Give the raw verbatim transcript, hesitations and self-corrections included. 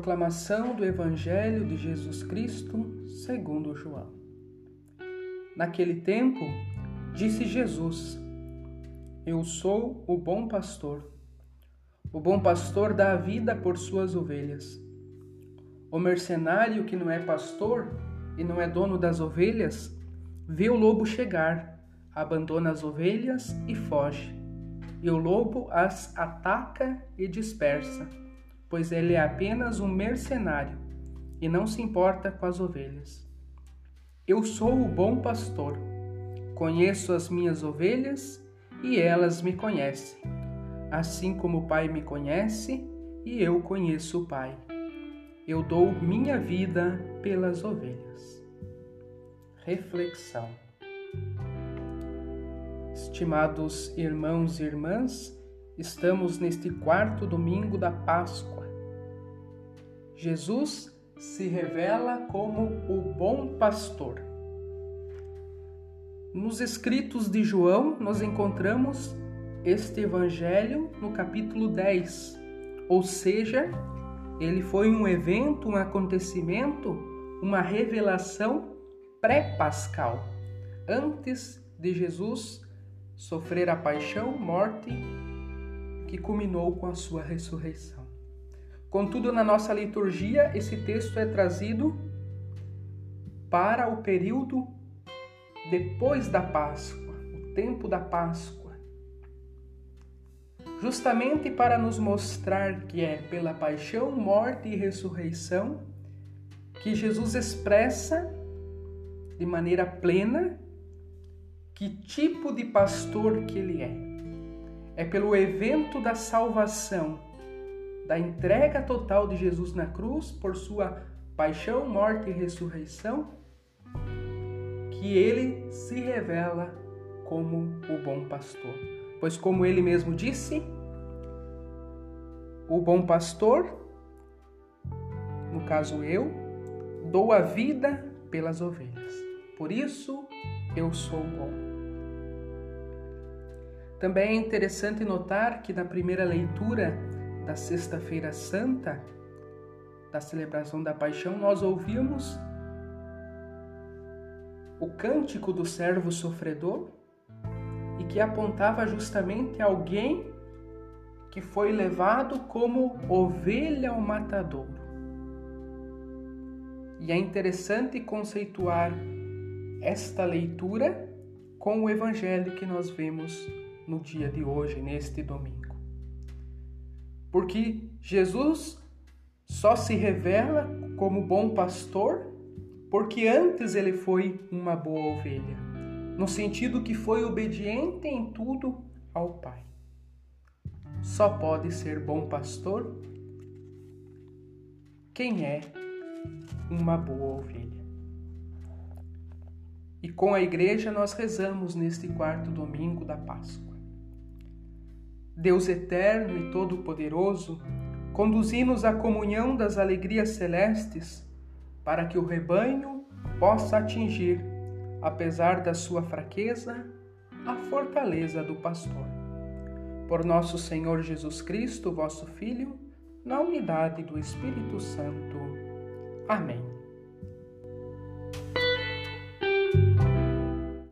Proclamação do Evangelho de Jesus Cristo segundo João. Naquele tempo, disse Jesus: Eu sou o bom pastor. O bom pastor dá a vida por suas ovelhas. O mercenário que não é pastor e não é dono das ovelhas, vê o lobo chegar, abandona as ovelhas e foge. E o lobo as ataca e dispersa, pois ele é apenas um mercenário e não se importa com as ovelhas. Eu sou o bom pastor, conheço as minhas ovelhas e elas me conhecem, assim como o Pai me conhece e eu conheço o Pai. Eu dou minha vida pelas ovelhas. Reflexão. Estimados irmãos e irmãs, estamos neste quarto domingo da Páscoa. Jesus se revela como o bom pastor. Nos escritos de João, nós encontramos este evangelho no capítulo dez, ou seja, ele foi um evento, um acontecimento, uma revelação pré-pascal, antes de Jesus sofrer a paixão, morte, que culminou com a sua ressurreição. Contudo, na nossa liturgia, esse texto é trazido para o período depois da Páscoa, o tempo da Páscoa, justamente para nos mostrar que é pela paixão, morte e ressurreição que Jesus expressa de maneira plena que tipo de pastor que ele é. É pelo evento da salvação, da entrega total de Jesus na cruz, por sua paixão, morte e ressurreição, que ele se revela como o bom pastor. Pois, como ele mesmo disse, o bom pastor, no caso eu, dou a vida pelas ovelhas. Por isso, eu sou bom. Também é interessante notar que na primeira leitura da Sexta-feira Santa, da celebração da Paixão, nós ouvimos o cântico do servo sofredor e que apontava justamente alguém que foi levado como ovelha ao matadouro. E é interessante conceituar esta leitura com o evangelho que nós vemos no dia de hoje, neste domingo. Porque Jesus só se revela como bom pastor porque antes ele foi uma boa ovelha, no sentido que foi obediente em tudo ao Pai. Só pode ser bom pastor quem é uma boa ovelha. E com a igreja nós rezamos neste quarto domingo da Páscoa. Deus eterno e todo-poderoso, conduzi-nos à comunhão das alegrias celestes, para que o rebanho possa atingir, apesar da sua fraqueza, a fortaleza do pastor. Por nosso Senhor Jesus Cristo, vosso Filho, na unidade do Espírito Santo. Amém.